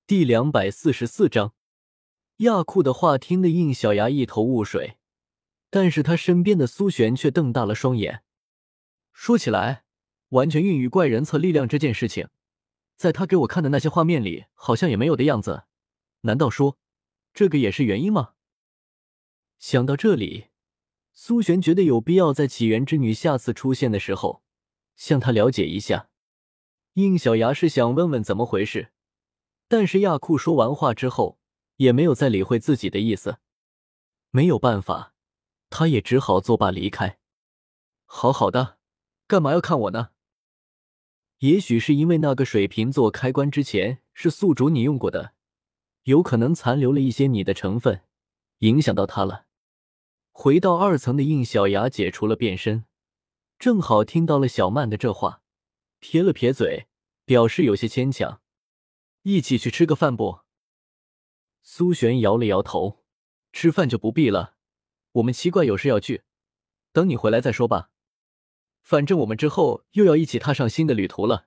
第244章，亚库的话听得应小牙一头雾水，但是他身边的苏璇却瞪大了双眼。说起来，完全孕育怪人册力量这件事情，在他给我看的那些画面里好像也没有的样子，难道说这个也是原因吗？想到这里，苏璇觉得有必要在起源之女下次出现的时候向她了解一下。应小牙是想问问怎么回事，但是亚库说完话之后也没有再理会自己的意思。没有办法，他也只好作罢离开。好好的，干嘛要看我呢？也许是因为那个水瓶座开关之前是宿主你用过的，有可能残留了一些你的成分，影响到他了。回到2层的应小牙解除了变身，正好听到了小曼的这话，撇了撇嘴，表示有些牵强。一起去吃个饭不？苏璇摇了摇头，吃饭就不必了，我们奇怪有事要去，等你回来再说吧。反正我们之后又要一起踏上新的旅途了。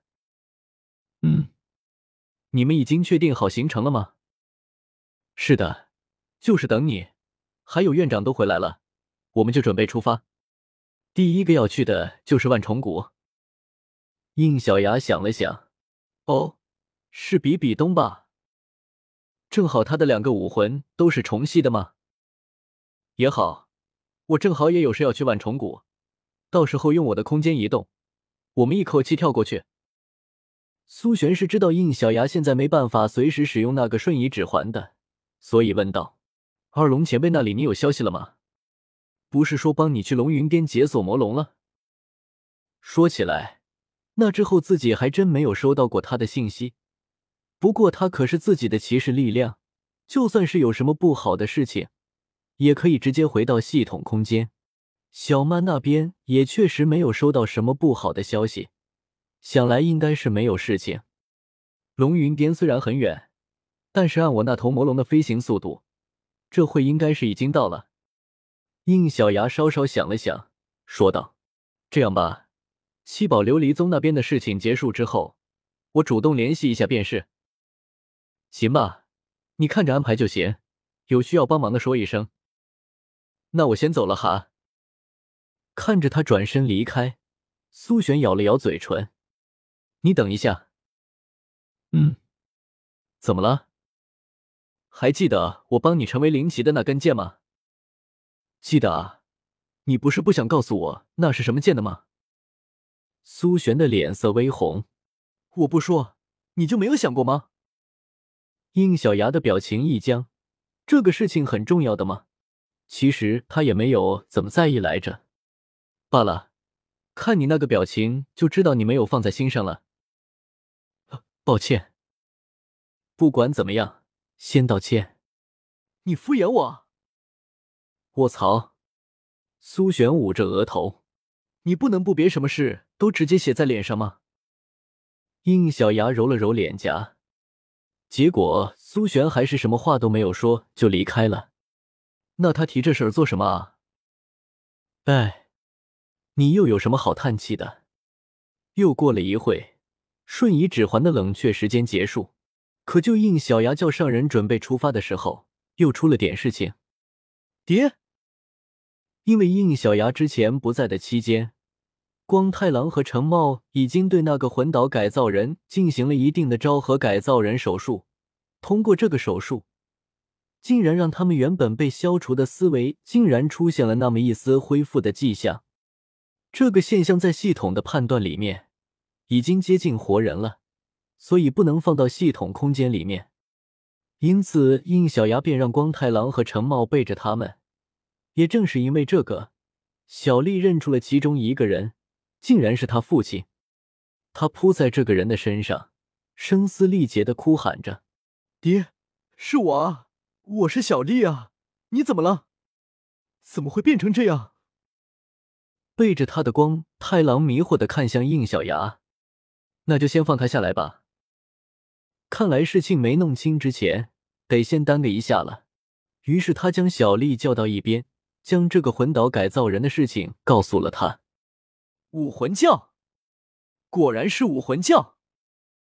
你们已经确定好行程了吗？是的，就是等你，还有院长都回来了，我们就准备出发。第一个要去的就是万重谷。应小牙想了想，哦，是比比东吧？正好他的2个武魂都是重系的吗？也好，我正好也有事要去万重谷，到时候用我的空间移动，我们一口气跳过去。苏璇是知道应小牙现在没办法随时使用那个瞬移指环的，所以问道：二龙前辈那里你有消息了吗？不是说帮你去龙云巅解锁魔龙了？说起来，那之后自己还真没有收到过他的信息。不过他可是自己的骑士力量，就算是有什么不好的事情，也可以直接回到系统空间。小曼那边也确实没有收到什么不好的消息，想来应该是没有事情。龙云巅虽然很远，但是按我那头魔龙的飞行速度，这会应该是已经到了。应小牙稍稍想了想，说道：这样吧，七宝琉璃宗那边的事情结束之后，我主动联系一下便是。行吧，你看着安排就行，有需要帮忙的说一声。那我先走了哈。看着他转身离开，苏璇咬了咬嘴唇。你等一下。怎么了？还记得我帮你成为灵骑的那根剑吗？记得啊，你不是不想告诉我那是什么剑的吗？苏璇的脸色微红。我不说，你就没有想过吗？应小牙的表情一僵，这个事情很重要的吗？其实他也没有怎么在意来着。罢了，看你那个表情就知道你没有放在心上了。抱歉。不管怎么样，先道歉。你敷衍我！卧槽！苏璇捂着额头，你不能不别什么事都直接写在脸上吗？应小牙揉了揉脸颊，结果苏璇还是什么话都没有说就离开了。那他提这事儿做什么啊？哎，你又有什么好叹气的？又过了一会，瞬移指环的冷却时间结束，可就应小牙叫上人准备出发的时候，又出了点事情。爹！因为应小牙之前不在的期间，光太郎和程茂已经对那个魂岛改造人进行了一定的昭和改造人手术。通过这个手术，竟然让他们原本被消除的思维竟然出现了那么一丝恢复的迹象。这个现象在系统的判断里面已经接近活人了，所以不能放到系统空间里面。因此应小牙便让光太郎和程茂背着他们。也正是因为这个，小丽认出了其中一个人，竟然是他父亲。他扑在这个人的身上，声嘶力竭地哭喊着：爹，是我啊，我是小丽啊，你怎么了？怎么会变成这样？背着他的光太郎迷惑地看向应小牙。那就先放他下来吧。看来事情没弄清之前，得先耽搁一下了。于是他将小丽叫到一边，将这个魂岛改造人的事情告诉了他。武魂教，果然是武魂教。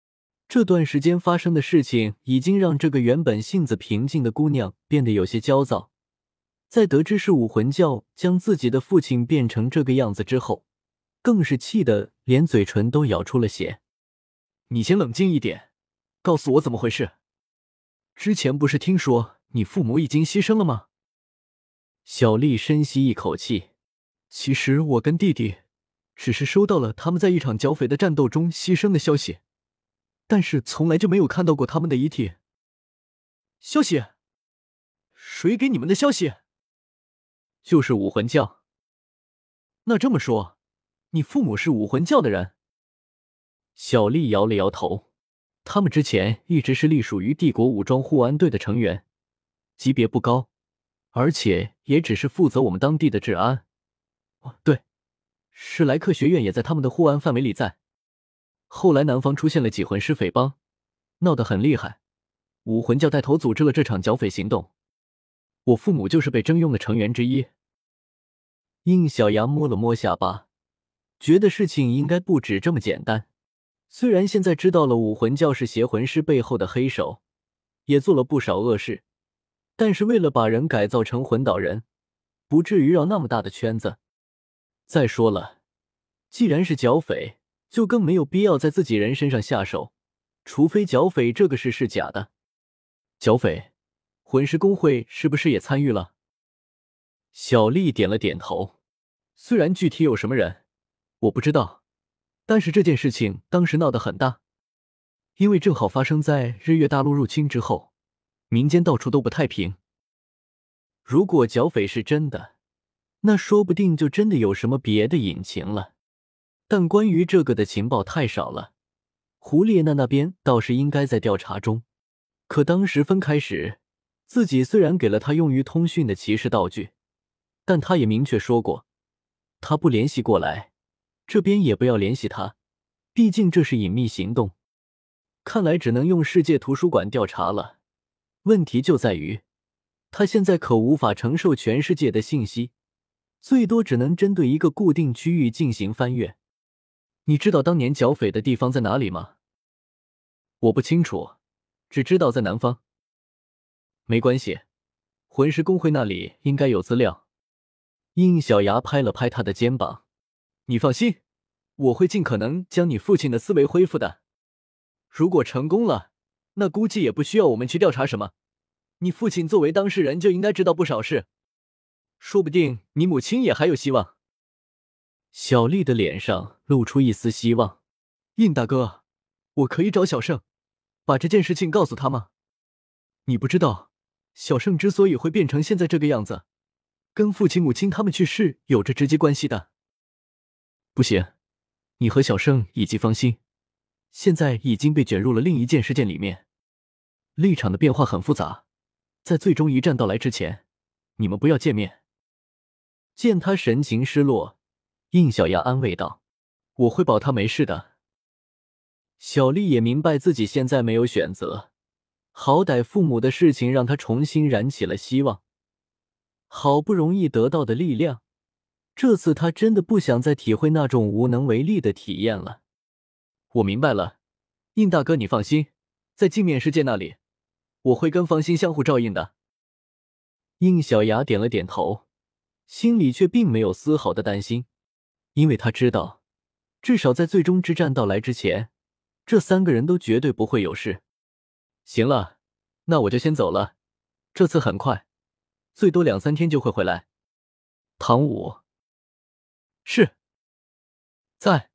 这段时间发生的事情已经让这个原本性子平静的姑娘变得有些焦躁。在得知是武魂教将自己的父亲变成这个样子之后，更是气得连嘴唇都咬出了血。你先冷静一点，告诉我怎么回事。之前不是听说你父母已经牺牲了吗？小丽深吸一口气，其实我跟弟弟只是收到了他们在一场剿匪的战斗中牺牲的消息，但是从来就没有看到过他们的遗体。消息？谁给你们的消息？就是武魂教。那这么说，你父母是武魂教的人？小丽摇了摇头，他们之前一直是隶属于帝国武装护安队的成员，级别不高，而且也只是负责我们当地的治安。哦，对，史莱克学院也在他们的护安范围里在。后来南方出现了几魂师匪帮，闹得很厉害，武魂教带头组织了这场剿匪行动。我父母就是被征用的成员之一。应小牙摸了摸下巴，觉得事情应该不止这么简单。虽然现在知道了武魂教是邪魂师背后的黑手，也做了不少恶事，但是为了把人改造成魂导人，不至于绕那么大的圈子。再说了，既然是剿匪，就更没有必要在自己人身上下手，除非剿匪这个事是假的。剿匪，魂师公会是不是也参与了？小丽点了点头，虽然具体有什么人我不知道，但是这件事情当时闹得很大，因为正好发生在日月大陆入侵之后，民间到处都不太平。如果剿匪是真的，那说不定就真的有什么别的隐情了。但关于这个的情报太少了，胡列娜那边倒是应该在调查中。可当时分开时，自己虽然给了他用于通讯的骑士道具，但他也明确说过，他不联系过来，这边也不要联系他，毕竟这是隐秘行动。看来只能用世界图书馆调查了。问题就在于，他现在可无法承受全世界的信息，最多只能针对一个固定区域进行翻阅。你知道当年剿匪的地方在哪里吗？我不清楚，只知道在南方。没关系，魂师公会那里应该有资料。应小牙拍了拍他的肩膀，你放心，我会尽可能将你父亲的思维恢复的。如果成功了，那估计也不需要我们去调查什么，你父亲作为当事人就应该知道不少事，说不定你母亲也还有希望。小丽的脸上露出一丝希望。应大哥，我可以找小胜，把这件事情告诉他吗？你不知道，小胜之所以会变成现在这个样子，跟父亲母亲他们去世有着直接关系的。不行，你和小胜以及方心，现在已经被卷入了另一件事件里面，立场的变化很复杂，在最终一战到来之前，你们不要见面。见他神情失落，应小牙安慰道，我会保他没事的。小丽也明白自己现在没有选择，好歹父母的事情让她重新燃起了希望，好不容易得到的力量，这次她真的不想再体会那种无能为力的体验了。我明白了，应大哥你放心，在镜面世界那里，我会跟方心相互照应的。应小牙点了点头，心里却并没有丝毫的担心，因为他知道，至少在最终之战到来之前，这三个人都绝对不会有事。行了，那我就先走了，这次很快，最多2-3天就会回来。唐武。是。在。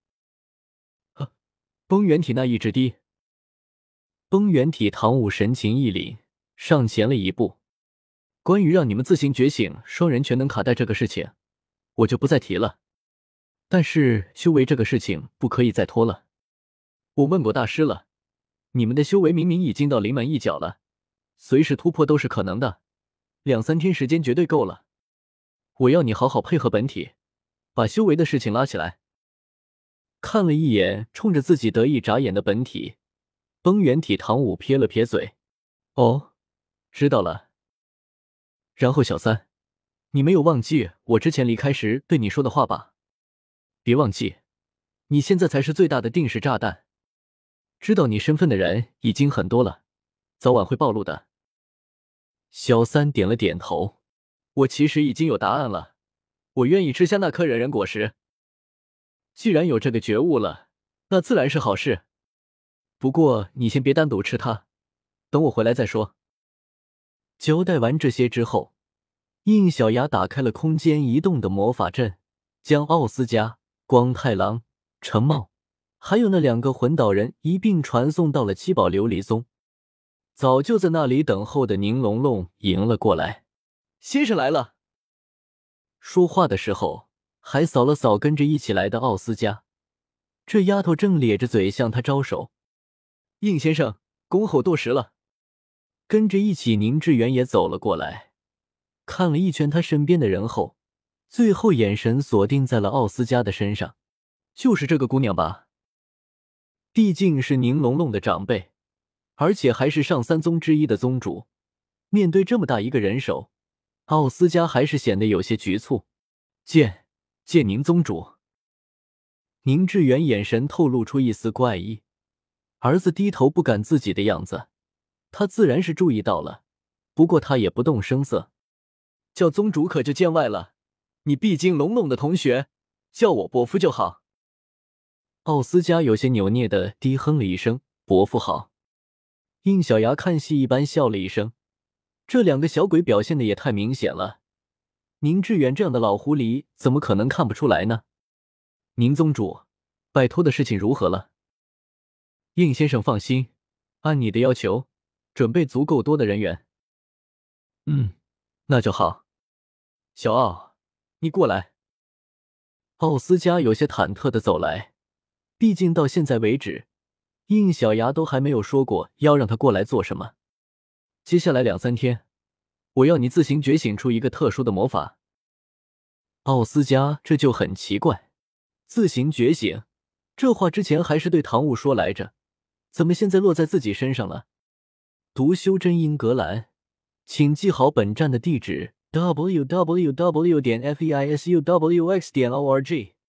崩元体那一之低。崩元体唐武神情一凛，上前了一步。关于让你们自行觉醒双人全能卡带这个事情，我就不再提了。但是修为这个事情不可以再拖了。我问过大师了，你们的修为明明已经到临门一脚了，随时突破都是可能的，2-3天时间绝对够了。我要你好好配合本体，把修为的事情拉起来。看了一眼冲着自己得意眨眼的本体，崩元体唐武撇了撇嘴。哦，知道了。然后小三，你没有忘记我之前离开时对你说的话吧？别忘记，你现在才是最大的定时炸弹。 知道你身份的人已经很多了，早晚会暴露的。小三点了点头，我其实已经有答案了，我愿意吃下那颗人人果实。既然有这个觉悟了，那自然是好事。不过你先别单独吃它，等我回来再说。交代完这些之后，应小牙打开了空间移动的魔法阵，将奥斯加、光太郎、程茂还有那2个魂导人一并传送到了七宝琉璃宗。早就在那里等候的宁龙龙迎了过来。先生来了。说话的时候还扫了扫跟着一起来的奥斯加，这丫头正咧着嘴向他招手。应先生，恭候多时了。跟着一起宁致远也走了过来，看了一圈他身边的人后，最后眼神锁定在了奥斯加的身上。就是这个姑娘吧？毕竟是宁龙龙的长辈，而且还是上3宗之一的宗主，面对这么大一个人手，奥斯加还是显得有些局促。见宁宗主。宁致远眼神透露出一丝怪异，儿子低头不敢自己的样子，他自然是注意到了，不过他也不动声色。叫宗主可就见外了，你毕竟龙龙的同学，叫我伯父就好。奥斯加有些扭捏的低哼了一声，伯父好。应小牙看戏一般笑了一声，这2个小鬼表现的也太明显了，宁致远这样的老狐狸怎么可能看不出来呢？宁宗主，拜托的事情如何了？应先生放心，按你的要求，准备足够多的人员。那就好。小奥，你过来。奥斯加有些忐忑的走来，毕竟到现在为止，应小牙都还没有说过要让他过来做什么。接下来2、3天，我要你自行觉醒出一个特殊的魔法。奥斯加这就很奇怪，自行觉醒，这话之前还是对唐雾说来着，怎么现在落在自己身上了？读修真英格兰，请记好本站的地址 www.feisuwx.org。